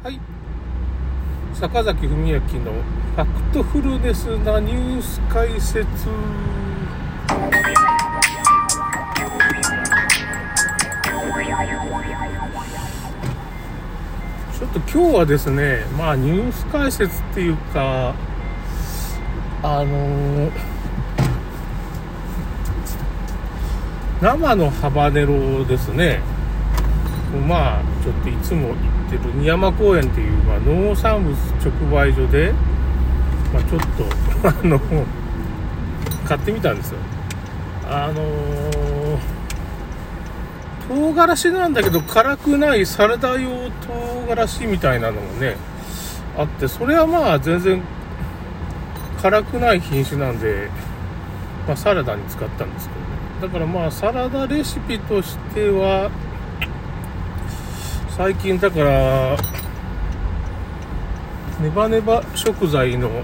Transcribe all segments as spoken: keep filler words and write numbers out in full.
はい、坂崎文明のファクトフルネスなニュース解説。ちょっと今日はですね、まあニュース解説っていうか、あのー、生のハバネロですね。まあちょっといつも行ってる二山公園っていう、まあ、農産物直売所で、まあ、ちょっとあの買ってみたんですよ。あのー、唐辛子なんだけど辛くないサラダ用唐辛子みたいなのもねあって、それはまあ全然辛くない品種なんで、まあ、サラダに使ったんですけどね。だからまあサラダレシピとしては最近だからネバネバ食材の、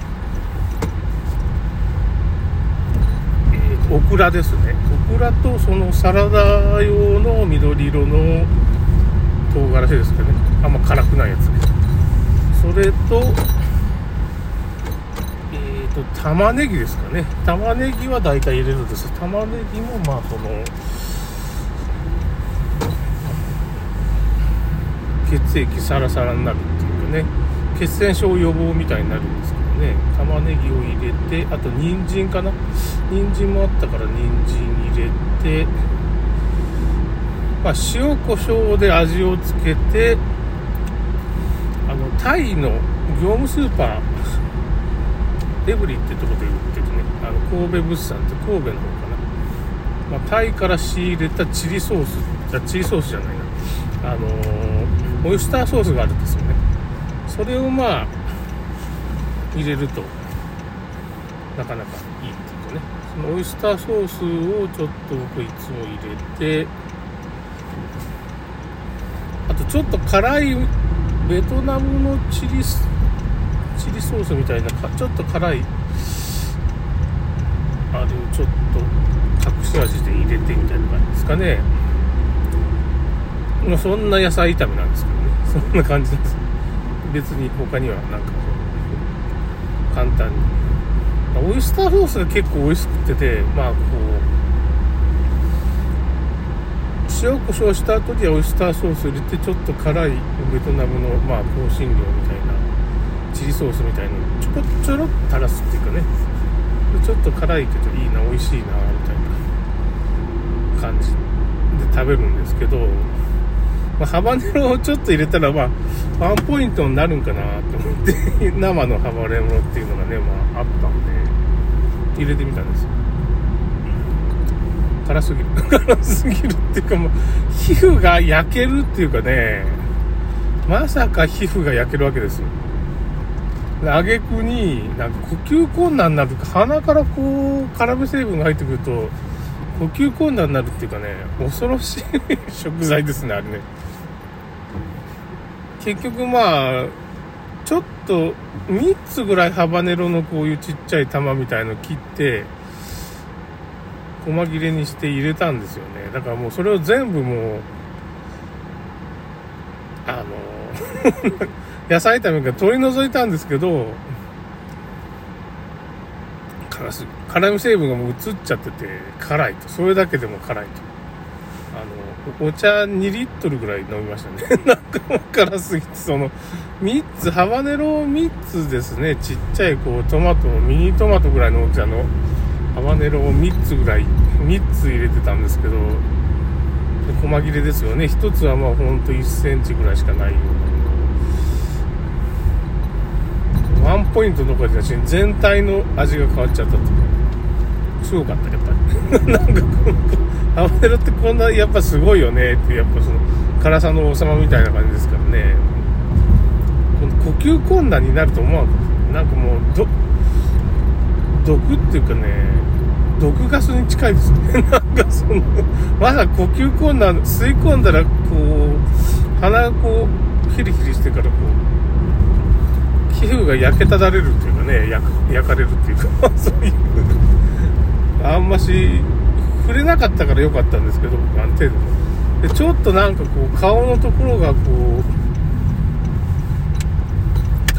えー、オクラですね。オクラとそのサラダ用の緑色の唐辛子ですかね。あんま辛くないやつです。それとえーと玉ねぎですかね。玉ねぎはだいたい入れるんです。玉ねぎもまあその血液サラサラになるっていうかね、血栓症予防みたいになるんですけどね。玉ねぎを入れて、あと人参かな、人参もあったから人参入れて、まあ、塩コショウで味をつけて、あのタイの業務スーパーエブリってとこで売ってるね、あの神戸物産って神戸の方かな、まあ、タイから仕入れたチリソース、じゃチリソースじゃないな、あのーオイスターソースがあるんですよね。それをまあ入れるとなかなかいいっていうかね。そのオイスターソースをちょっと僕いつも入れて、あとちょっと辛いベトナムのチリチリソースみたいなちょっと辛いあれをちょっと隠し味で入れてみたいな感じですかね。まあ、そんな野菜炒めなんですけどね。そんな感じです。別に他にはなんか簡単にオイスターソースが結構美味しくてて、まあこう塩コショウした後にはオイスターソース入れて、ちょっと辛いベトナムのまあ香辛料みたいなチリソースみたいなのをちょこちょろっと垂らすっていうかね、ちょっと辛いけどいいな、美味しいなみたいな感じで食べるんですけど、まあ、ハバネロをちょっと入れたら、まあ、ワンポイントになるんかなと思って生のハバネロっていうのがね、まあ、あったんで入れてみたんですよ。辛すぎる辛すぎるっていうか、もう皮膚が焼けるっていうかね、まさか皮膚が焼けるわけですよ。挙句になんか呼吸困難になるとか、鼻からこう辛味成分が入ってくると呼吸困難になるっていうかね、恐ろしい食材ですね、あれね。結局まあちょっとみっつぐらいハバネロのこういうちっちゃい玉みたいの切って細切れにして入れたんですよね。だからもうそれを全部もうあの野菜炒めが取り除いたんですけど、辛す辛味成分がもう移っちゃってて辛いと、それだけでも辛いと、あのお茶にリットルぐらい飲みましたねなんかもう辛すぎて、そのみっつハバネロみっつですね、ちっちゃいこうトマトミニトマトぐらいの大きさのハバネロをみっつぐらいみっつ入れてたんですけど、細切れですよね。ひとつはまあほんといっセンチぐらいしかないような、ワンポイントのところで全体の味が変わっちゃったっていうか、すごかったやっぱりなんかハバネロってこんなやっぱすごいよねっていう、やっぱその辛さの王様みたいな感じですからね。この呼吸困難になると思わなかった。なんかもうど毒っていうかね、毒ガスに近いですねなんかそのまだ呼吸困難、吸い込んだらこう鼻がこうヒリヒリしてからこう皮膚が焼けただれるっていうかね、焼, 焼かれるっていうかそういうあんまし触れなかったから良かったんですけど、僕ある程度でちょっとなんかこう顔のところがこう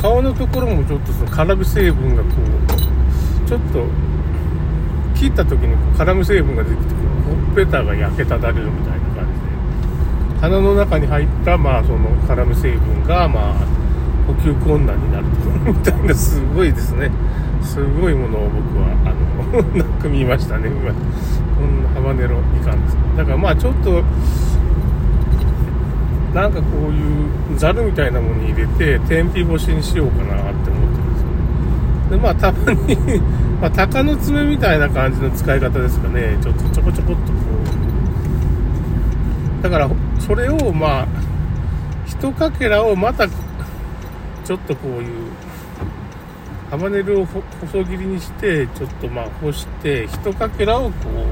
顔のところもちょっとその辛味成分がこうちょっと切った時にこう辛味成分が出てきてこうほっぺたが焼けただれるみたいな感じで、鼻の中に入ったまあその辛味成分がまあ呼吸困難になるとみたいな、すごいですね、すごいものを僕はあのなんか見ましたね。こんなハバネロいかんです。だからまあちょっとなんかこういうザルみたいなものに入れて天日干しにしようかなって思ってるんですよね。でまあたまにまあ鷹の爪みたいな感じの使い方ですかね。ちょっとちょこちょこっとこう、だからそれをまあ一かけらをまたちょっとこういうハバネロを細切りにしてちょっとまあ干して一かけらをこ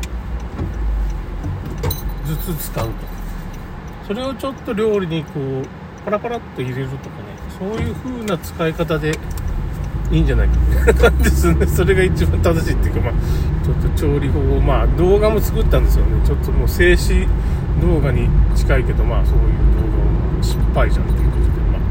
うずつ使うと、それをちょっと料理にこうパラパラっと入れるとかね、そういう風な使い方でいいんじゃないかですね。それが一番正しいっていうか、まあちょっと調理法をまあ動画も作ったんですよね。ちょっともう静止動画に近いけど、まあそういう動画を失敗じゃんっていうことで、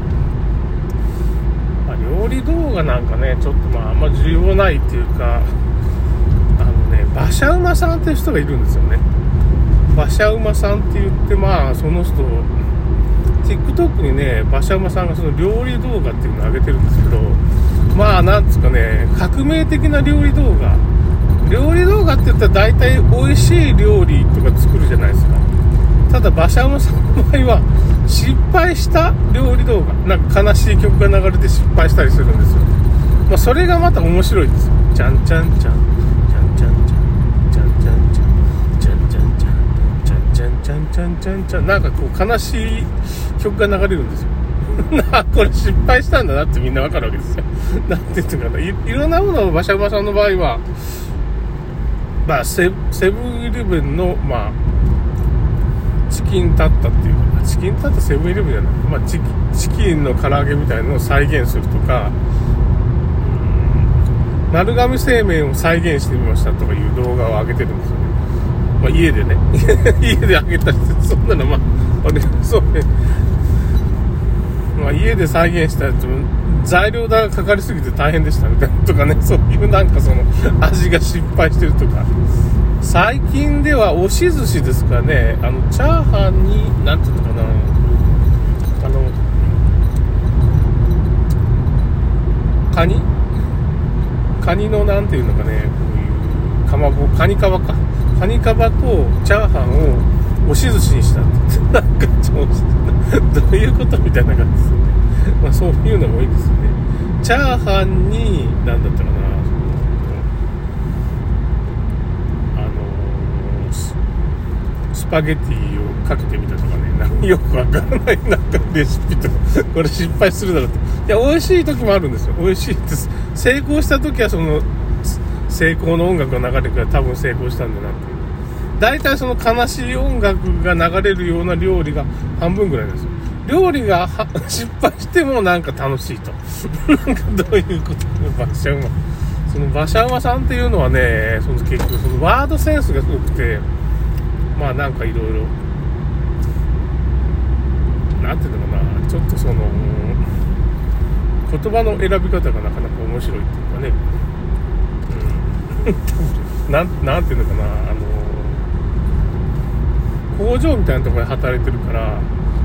まあ、まあ、料理動画なんかねちょっとまああんま需要ないっていうか、あのね馬車馬さんっていう人がいるんですよね。馬車馬さんって言って、まあその人 TikTok にね馬車馬さんがその料理動画っていうのを上げてるんですけど、まあなんつうかね革命的な料理動画料理動画って言ったら大体美味しい料理とか作るじゃないですか。ただ馬車馬さんの場合は失敗した料理動画、なんか悲しい曲が流れて失敗したりするんですよ。まあそれがまた面白いですよ。ちゃんちゃんちゃんちゃんちゃんちゃんちゃんちゃんちゃんちゃんちゃんちゃんちゃんちゃんちゃんちゃんちゃん、なんかこう悲しい曲が流れるんですよ。なこれ失敗したんだなってみんなわかるわけですよ。なんていうかな、 い, いろんなものを馬車馬さんの場合は、まあ、セ, セブンイレブンの、まあ、チキンタッタっていうか、チキンタッタセブンイレブンじゃない、まあ、チ, チキンの唐揚げみたいなのを再現するとか、丸亀製麺を再現してみましたとかいう動画を上げてるんですよね。まあ、家でね家で上げたりして、そんなのまあ、ね、そうね、まあ、家で再現したやつも材料代がかかりすぎて大変でしたみたいなとかね、そういうなんかその味が失敗してるとか、最近では押し寿司ですかね、あのチャーハンになんていうのかな、あのカニカニのなんていうのかね、こういうかまぼカニカバかカニカバとチャーハンを押し寿司にしたってなんかちょっとどういうことみたいな感じですよね。まあそういうのもいいですよね。チャーハンに何だったかな、あのー、ス, スパゲティをかけてみたとかね、なんかよくわからないなんかレシピとかこれ失敗するだろうって、いや美味しい時もあるんですよ。美味しいです。成功した時はその成功の音楽が流れるから多分成功したんだなっていう。大体その悲しい音楽が流れるような料理が半分ぐらいですよ。料理が失敗してもなんか楽しいとなんかどういうこと馬車馬その馬車馬さんっていうのはね、その結局そのワードセンスがすごくて、まあなんかいろいろなんていうのかな、ちょっとその言葉の選び方がなかなか面白いっていうかね、うん、なん、なんていうのかな、あの工場みたいなところで働いてるから、あの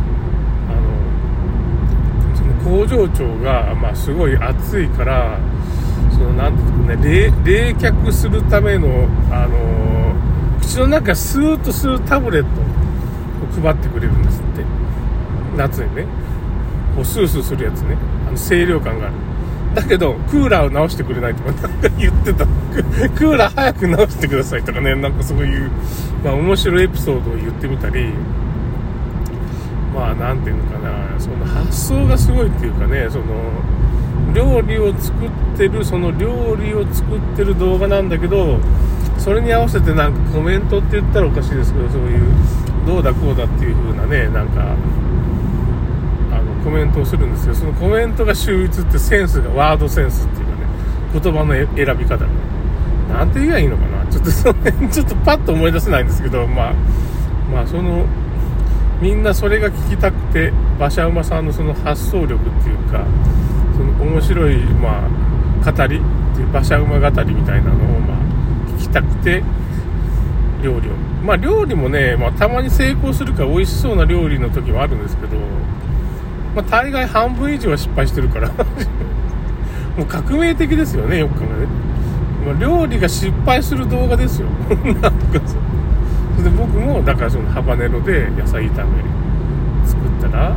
その工場長がまあすごい暑いから、そのなんていうのかね、冷却するためのあの口の中スーッと吸うタブレットを配ってくれるんですって。夏にね、こうスースーするやつね、あの清涼感がある。だけどクーラーを直してくれないとかなんか言ってた。クーラー早く直してくださいとかね、なんかそういう、まあ、面白いエピソードを言ってみたり、まあなんていうのかな、その発想がすごいっていうかね、その料理を作ってるその料理を作ってる動画なんだけど、それに合わせてなんかコメントって言ったらおかしいですけど、そういうどうだこうだっていう風なね、なんかコメントをするんですよ。そのコメントが秀逸ってセンスがワードセンスっていうかね、言葉の選び方がなんて言えばいいのかな、ちょっとその辺ちょっとパッと思い出せないんですけど、まあまあそのみんなそれが聞きたくて、馬車馬さんのその発想力っていうか、 その面白い、まあ、語り馬車馬語りみたいなのを、まあ、聞きたくて料理をまあ料理もね、まあ、たまに成功するから美味しそうな料理の時もあるんですけど、まあ、大概半分以上は失敗してるからもう革命的ですよね、よく考えて、まあ、料理が失敗する動画ですよなんかそれで僕もだからそのハバネロで野菜炒め作ったら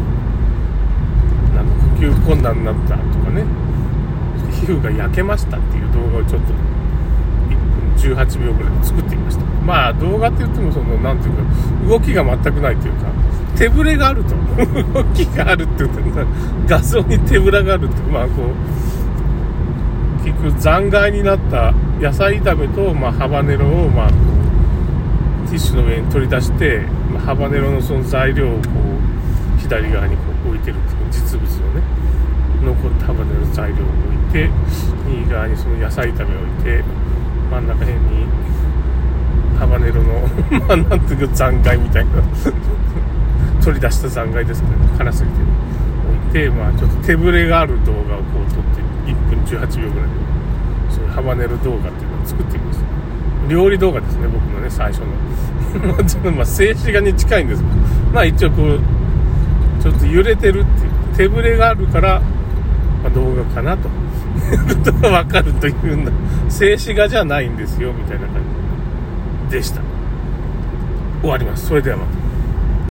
なんか呼吸困難になったとかね、皮膚が焼けましたっていう動画をちょっといっぷんじゅうはちびょうぐらいで作ってみました。まあ動画って言ってもそのなんていうか動きが全くないというか手ぶれがあると動きがあるって言って画像に手ぶらがあるって、まあこう結局残骸になった野菜炒めと、まあ、ハバネロをまあこうティッシュの上に取り出して、まあ、ハバネロのその材料をこう左側にこう置いてるっていう実物のね残ったハバネロの材料を置いて右側にその野菜炒めを置いて真ん中辺にハバネロのまあなんていうか残骸みたいな取り出した残骸ですけど、ね、辛すぎて置いて、まあちょっと手ぶれがある動画をこう撮っていっぷんじゅうはちびょうぐらいでそういうハバネロ動画っていうのを作ってみます。料理動画ですね、僕のね最初のまあ静止画に近いんですけど、まあ一応こうちょっと揺れてるっていう手ぶれがあるから、まあ、動画かなとことが分かるというんだ。静止画じゃないんですよみたいな感じでした。終わります。それではまた。